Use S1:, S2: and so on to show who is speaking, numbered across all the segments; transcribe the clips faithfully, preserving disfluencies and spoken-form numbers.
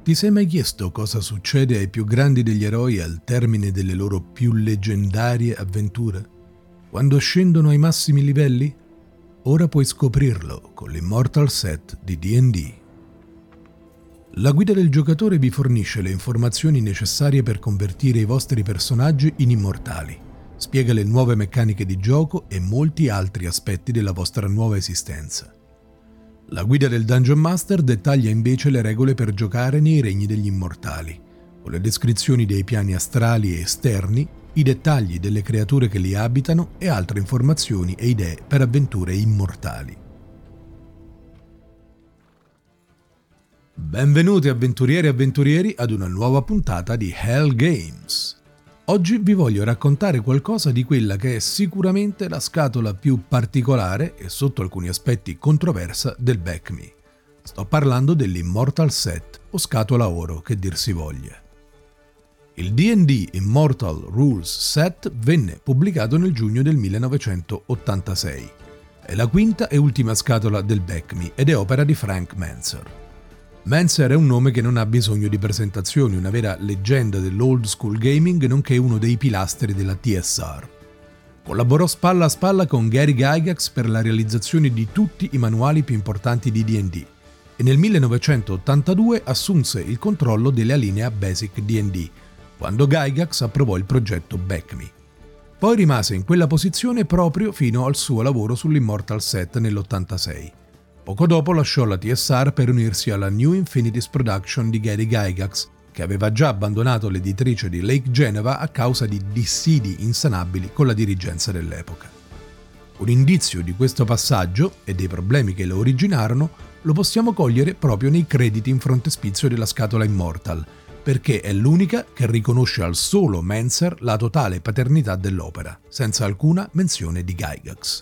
S1: Ti sei mai chiesto cosa succede ai più grandi degli eroi al termine delle loro più leggendarie avventure? Quando scendono ai massimi livelli? Ora puoi scoprirlo con l'Immortal Set di D and D. La guida del giocatore vi fornisce le informazioni necessarie per convertire i vostri personaggi in immortali, spiega le nuove meccaniche di gioco e molti altri aspetti della vostra nuova esistenza. La guida del Dungeon Master dettaglia invece le regole per giocare nei regni degli immortali, con le descrizioni dei piani astrali e esterni, i dettagli delle creature che li abitano e altre informazioni e idee per avventure immortali. Benvenuti avventurieri e avventurieri ad una nuova puntata di Hell Games. Oggi vi voglio raccontare qualcosa di quella che è sicuramente la scatola più particolare e sotto alcuni aspetti controversa del Back Me. Sto parlando dell'Immortal Set o scatola oro che dir si voglia. Il D and D Immortal Rules Set venne pubblicato nel giugno del millenovecentottantasei. È la quinta e ultima scatola del Back Me ed è opera di Frank Manser. Manser è un nome che non ha bisogno di presentazioni, una vera leggenda dell'old school gaming nonché uno dei pilastri della T S R. Collaborò spalla a spalla con Gary Gygax per la realizzazione di tutti i manuali più importanti di D and D e nel millenovecentottantadue assunse il controllo della linea Basic D and D, quando Gygax approvò il progetto Back Me. Poi rimase in quella posizione proprio fino al suo lavoro sull'Immortal Set nell'ottantasei. Poco dopo lasciò la T S R per unirsi alla New Infinities Production di Gary Gygax, che aveva già abbandonato l'editrice di Lake Geneva a causa di dissidi insanabili con la dirigenza dell'epoca. Un indizio di questo passaggio e dei problemi che lo originarono lo possiamo cogliere proprio nei crediti in frontespizio della scatola Immortal, perché è l'unica che riconosce al solo Manser la totale paternità dell'opera, senza alcuna menzione di Gygax.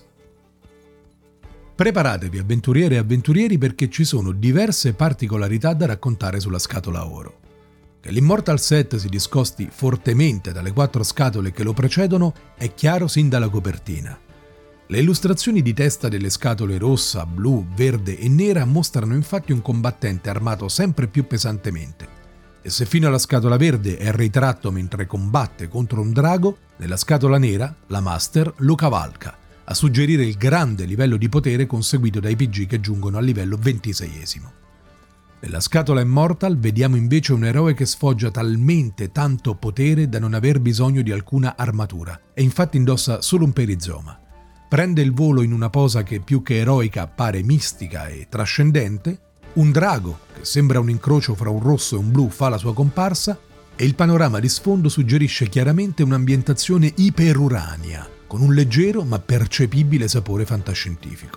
S1: Preparatevi avventuriere e avventurieri perché ci sono diverse particolarità da raccontare sulla scatola oro. Che l'Immortal Set si discosti fortemente dalle quattro scatole che lo precedono è chiaro sin dalla copertina. Le illustrazioni di testa delle scatole rossa, blu, verde e nera mostrano infatti un combattente armato sempre più pesantemente. E se fino alla scatola verde è ritratto mentre combatte contro un drago, nella scatola nera la Master lo cavalca, a suggerire il grande livello di potere conseguito dai P G che giungono al livello ventiseiesimo. Nella scatola Immortal vediamo invece un eroe che sfoggia talmente tanto potere da non aver bisogno di alcuna armatura e infatti indossa solo un perizoma. Prende il volo in una posa che più che eroica appare mistica e trascendente, un drago che sembra un incrocio fra un rosso e un blu fa la sua comparsa e il panorama di sfondo suggerisce chiaramente un'ambientazione iperuranea, con un leggero ma percepibile sapore fantascientifico.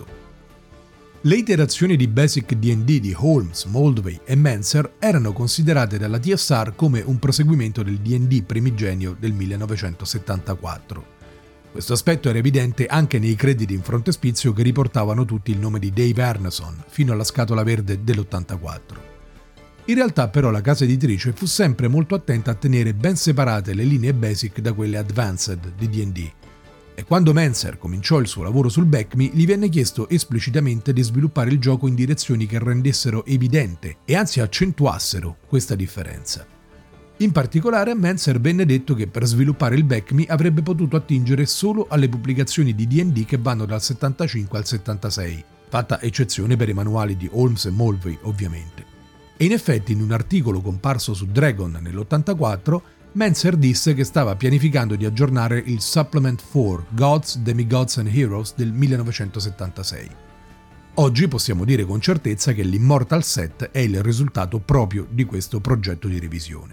S1: Le iterazioni di Basic D and D di Holmes, Moldvay e Manser erano considerate dalla T S R come un proseguimento del D and D primigenio del millenovecentosettantaquattro. Questo aspetto era evidente anche nei crediti in frontespizio che riportavano tutti il nome di Dave Arneson fino alla scatola verde dell'ottantaquattro. In realtà però la casa editrice fu sempre molto attenta a tenere ben separate le linee Basic da quelle Advanced di D and D. E quando Manser cominciò il suo lavoro sul Back Me, gli venne chiesto esplicitamente di sviluppare il gioco in direzioni che rendessero evidente e anzi accentuassero questa differenza. In particolare a Manser venne detto che per sviluppare il Back Me avrebbe potuto attingere solo alle pubblicazioni di D and D che vanno dal settantacinque al settantasei, fatta eccezione per i manuali di Holmes e Moldvay ovviamente. E in effetti in un articolo comparso su Dragon nell'ottantaquattro Manser disse che stava pianificando di aggiornare il Supplement quattro Gods, Demigods and Heroes del millenovecentosettantasei. Oggi possiamo dire con certezza che l'Immortal Set è il risultato proprio di questo progetto di revisione.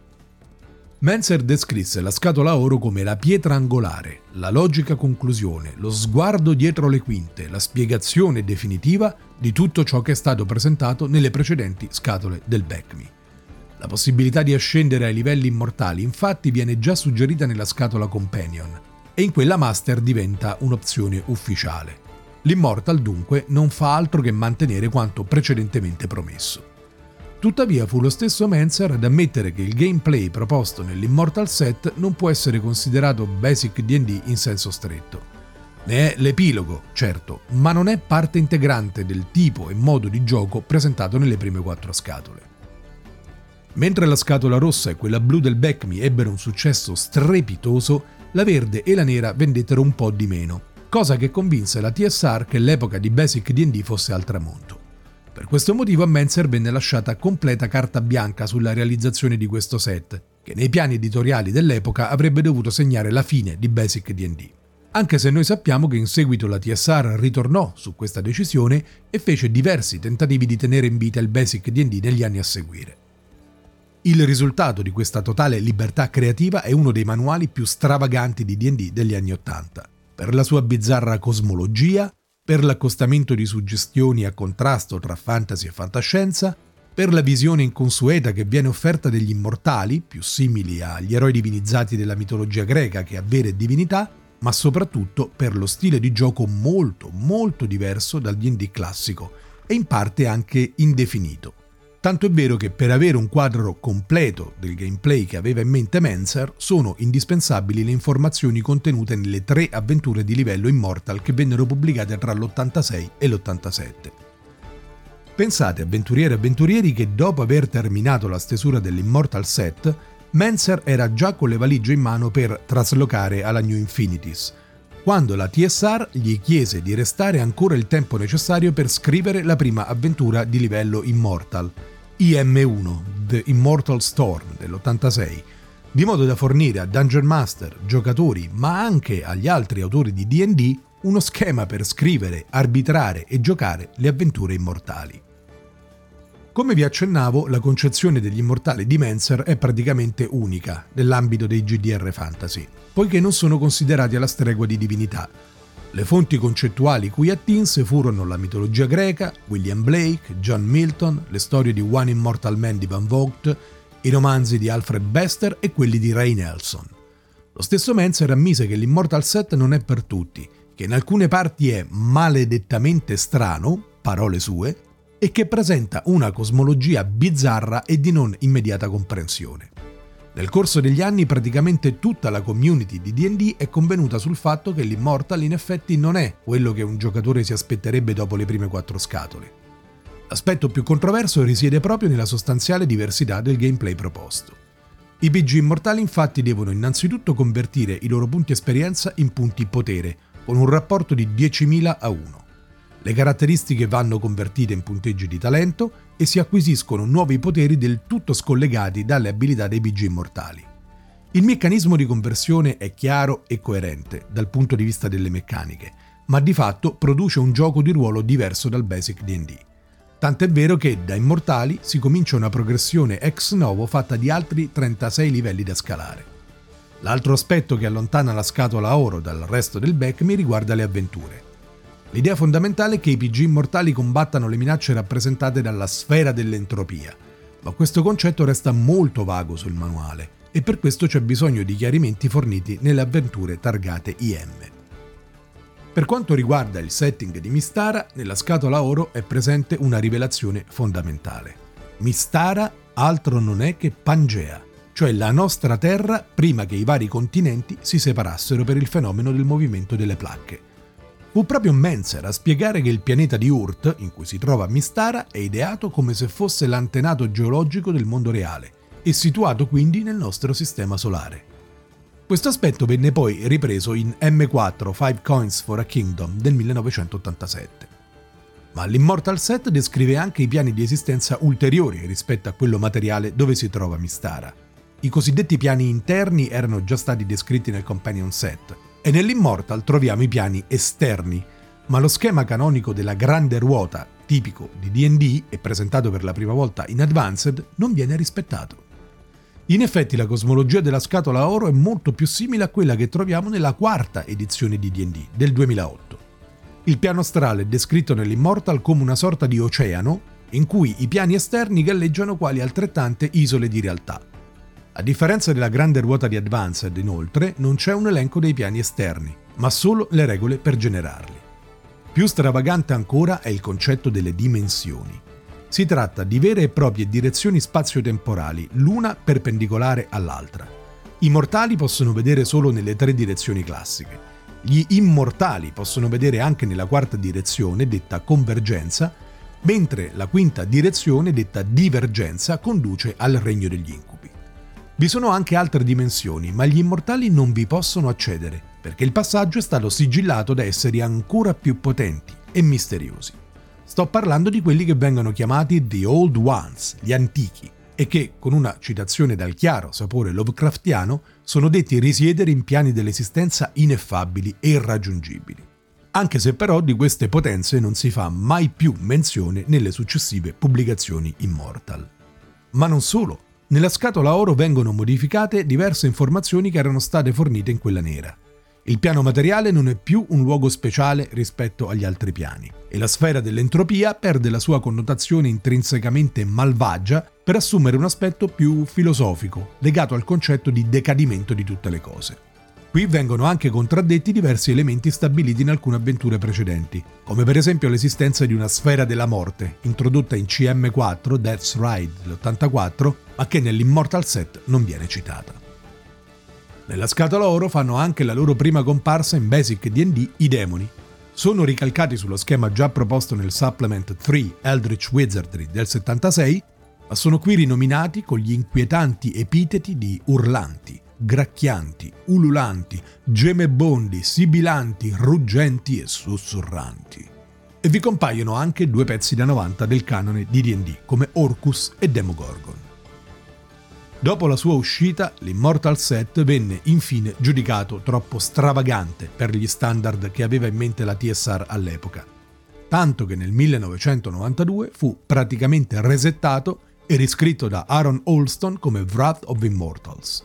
S1: Manser descrisse la scatola oro come la pietra angolare, la logica conclusione, lo sguardo dietro le quinte, la spiegazione definitiva di tutto ciò che è stato presentato nelle precedenti scatole del Back Me. La possibilità di ascendere ai livelli immortali infatti viene già suggerita nella scatola Companion e in quella Master diventa un'opzione ufficiale. L'Immortal dunque non fa altro che mantenere quanto precedentemente promesso. Tuttavia fu lo stesso Manser ad ammettere che il gameplay proposto nell'Immortal Set non può essere considerato Basic D and D in senso stretto. Ne è l'epilogo, certo, ma non è parte integrante del tipo e modo di gioco presentato nelle prime quattro scatole. Mentre la scatola rossa e quella blu del Back Me ebbero un successo strepitoso, la verde e la nera vendettero un po' di meno, cosa che convinse la T S R che l'epoca di Basic D and D fosse al tramonto. Per questo motivo a Mentzer venne lasciata completa carta bianca sulla realizzazione di questo set, che nei piani editoriali dell'epoca avrebbe dovuto segnare la fine di Basic D and D. Anche se noi sappiamo che in seguito la T S R ritornò su questa decisione e fece diversi tentativi di tenere in vita il Basic D and D negli anni a seguire. Il risultato di questa totale libertà creativa è uno dei manuali più stravaganti di D and D degli anni Ottanta, per la sua bizzarra cosmologia, per l'accostamento di suggestioni a contrasto tra fantasy e fantascienza, per la visione inconsueta che viene offerta degli immortali, più simili agli eroi divinizzati della mitologia greca che a vere divinità, ma soprattutto per lo stile di gioco molto, molto diverso dal D and D classico e in parte anche indefinito. Tanto è vero che per avere un quadro completo del gameplay che aveva in mente Mentzer sono indispensabili le informazioni contenute nelle tre avventure di livello Immortal che vennero pubblicate tra l'ottantasei e l'ottantasette. Pensate, avventurieri e avventurieri, che dopo aver terminato la stesura dell'Immortal Set, Mentzer era già con le valigie in mano per traslocare alla New Infinities, quando la T S R gli chiese di restare ancora il tempo necessario per scrivere la prima avventura di livello Immortal, I M uno, The Immortal Storm dell'ottantasei, di modo da fornire a Dungeon Master, giocatori, ma anche agli altri autori di D and D uno schema per scrivere, arbitrare e giocare le avventure immortali. Come vi accennavo, la concezione degli immortali di Mentzer è praticamente unica nell'ambito dei G D R fantasy, poiché non sono considerati alla stregua di divinità. Le fonti concettuali cui attinse furono la mitologia greca, William Blake, John Milton, le storie di One Immortal Man di Van Vogt, i romanzi di Alfred Bester e quelli di Ray Nelson. Lo stesso Mentzer ammise che l'Immortal Set non è per tutti, che in alcune parti è maledettamente strano, parole sue, e che presenta una cosmologia bizzarra e di non immediata comprensione. Nel corso degli anni praticamente tutta la community di D and D è convenuta sul fatto che l'Immortal in effetti non è quello che un giocatore si aspetterebbe dopo le prime quattro scatole. L'aspetto più controverso risiede proprio nella sostanziale diversità del gameplay proposto. I P G immortali infatti devono innanzitutto convertire i loro punti esperienza in punti potere, con un rapporto di diecimila a uno. Le caratteristiche vanno convertite in punteggi di talento e si acquisiscono nuovi poteri del tutto scollegati dalle abilità dei P G immortali. Il meccanismo di conversione è chiaro e coerente dal punto di vista delle meccaniche, ma di fatto produce un gioco di ruolo diverso dal Basic D and D. Tant'è vero che da immortali si comincia una progressione ex novo fatta di altri trentasei livelli da scalare. L'altro aspetto che allontana la scatola oro dal resto del Back Me riguarda le avventure. L'idea fondamentale è che i P G immortali combattano le minacce rappresentate dalla sfera dell'entropia, ma questo concetto resta molto vago sul manuale e per questo c'è bisogno di chiarimenti forniti nelle avventure targate I M. Per quanto riguarda il setting di Mystara, nella scatola oro è presente una rivelazione fondamentale. Mystara altro non è che Pangea, cioè la nostra Terra prima che i vari continenti si separassero per il fenomeno del movimento delle placche. Fu proprio Mentzer a spiegare che il pianeta di Urt, in cui si trova Mystara, è ideato come se fosse l'antenato geologico del mondo reale e situato quindi nel nostro sistema solare. Questo aspetto venne poi ripreso in M quattro Five Coins for a Kingdom del millenovecentottantasette. Ma l'Immortal Set descrive anche i piani di esistenza ulteriori rispetto a quello materiale dove si trova Mystara. I cosiddetti piani interni erano già stati descritti nel Companion Set, e nell'Immortal troviamo i piani esterni, ma lo schema canonico della grande ruota, tipico di D and D e presentato per la prima volta in Advanced, non viene rispettato. In effetti la cosmologia della scatola oro è molto più simile a quella che troviamo nella quarta edizione di D and D, del duemilaotto. Il piano astrale è descritto nell'Immortal come una sorta di oceano, in cui i piani esterni galleggiano quali altrettante isole di realtà. A differenza della grande ruota di Advanced, inoltre, non c'è un elenco dei piani esterni, ma solo le regole per generarli. Più stravagante ancora è il concetto delle dimensioni. Si tratta di vere e proprie direzioni spazio-temporali, l'una perpendicolare all'altra. I mortali possono vedere solo nelle tre direzioni classiche. Gli immortali possono vedere anche nella quarta direzione, detta convergenza, mentre la quinta direzione, detta divergenza, conduce al regno degli incubi. Vi sono anche altre dimensioni, ma gli immortali non vi possono accedere, perché il passaggio è stato sigillato da esseri ancora più potenti e misteriosi. Sto parlando di quelli che vengono chiamati The Old Ones, gli antichi, e che, con una citazione dal chiaro sapore Lovecraftiano, sono detti risiedere in piani dell'esistenza ineffabili e irraggiungibili. Anche se però di queste potenze non si fa mai più menzione nelle successive pubblicazioni Immortal. Ma non solo, nella scatola oro vengono modificate diverse informazioni che erano state fornite in quella nera. Il piano materiale non è più un luogo speciale rispetto agli altri piani, e la sfera dell'entropia perde la sua connotazione intrinsecamente malvagia per assumere un aspetto più filosofico, legato al concetto di decadimento di tutte le cose. Qui vengono anche contraddetti diversi elementi stabiliti in alcune avventure precedenti, come per esempio l'esistenza di una sfera della morte, introdotta in C M quattro Death's Ride dell'ottantaquattro, ma che nell'Immortal Set non viene citata. Nella scatola oro fanno anche la loro prima comparsa in Basic D and D i demoni. Sono ricalcati sullo schema già proposto nel Supplement tre Eldritch Wizardry del settantasei, ma sono qui rinominati con gli inquietanti epiteti di urlanti, gracchianti, ululanti, gemebondi, sibilanti, ruggenti e sussurranti. E vi compaiono anche due pezzi da novanta del canone di D and D, come Orcus e Demogorgon. Dopo la sua uscita, l'Immortal Set venne infine giudicato troppo stravagante per gli standard che aveva in mente la T S R all'epoca, tanto che nel millenovecentonovantadue fu praticamente resettato e riscritto da Aaron Alston come Wrath of Immortals.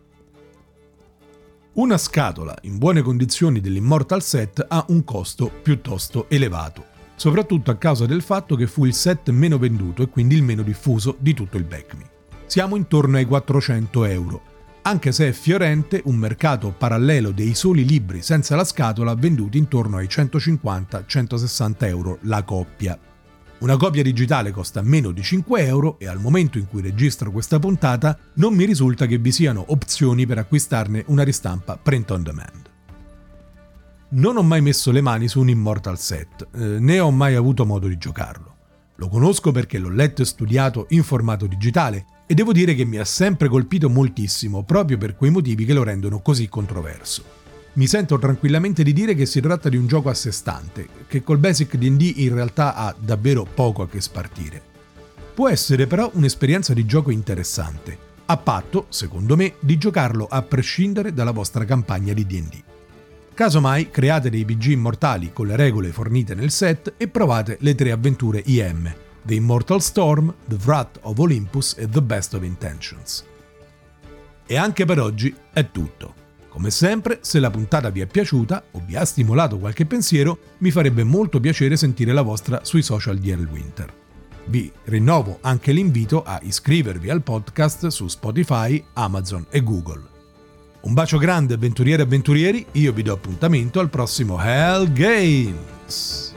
S1: Una scatola in buone condizioni dell'Immortal Set ha un costo piuttosto elevato, soprattutto a causa del fatto che fu il set meno venduto e quindi il meno diffuso di tutto il BECMI. Siamo intorno ai quattrocento euro, anche se è fiorente un mercato parallelo dei soli libri senza la scatola venduti intorno ai centocinquanta centosessanta euro la coppia. Una copia digitale costa meno di cinque euro e al momento in cui registro questa puntata non mi risulta che vi siano opzioni per acquistarne una ristampa print on demand. Non ho mai messo le mani su un Immortal Set, eh, né ho mai avuto modo di giocarlo. Lo conosco perché l'ho letto e studiato in formato digitale e devo dire che mi ha sempre colpito moltissimo proprio per quei motivi che lo rendono così controverso. Mi sento tranquillamente di dire che si tratta di un gioco a sé stante, che col Basic D and D in realtà ha davvero poco a che spartire. Può essere però un'esperienza di gioco interessante, a patto, secondo me, di giocarlo a prescindere dalla vostra campagna di D and D. Casomai create dei B G immortali con le regole fornite nel set e provate le tre avventure I M, The Immortal Storm, The Wrath of Olympus e The Best of Intentions. E anche per oggi è tutto. Come sempre, se la puntata vi è piaciuta o vi ha stimolato qualche pensiero, mi farebbe molto piacere sentire la vostra sui social di Neverwinter. Vi rinnovo anche l'invito a iscrivervi al podcast su Spotify, Amazon e Google. Un bacio grande avventuriere e avventurieri, io vi do appuntamento al prossimo Hell Games!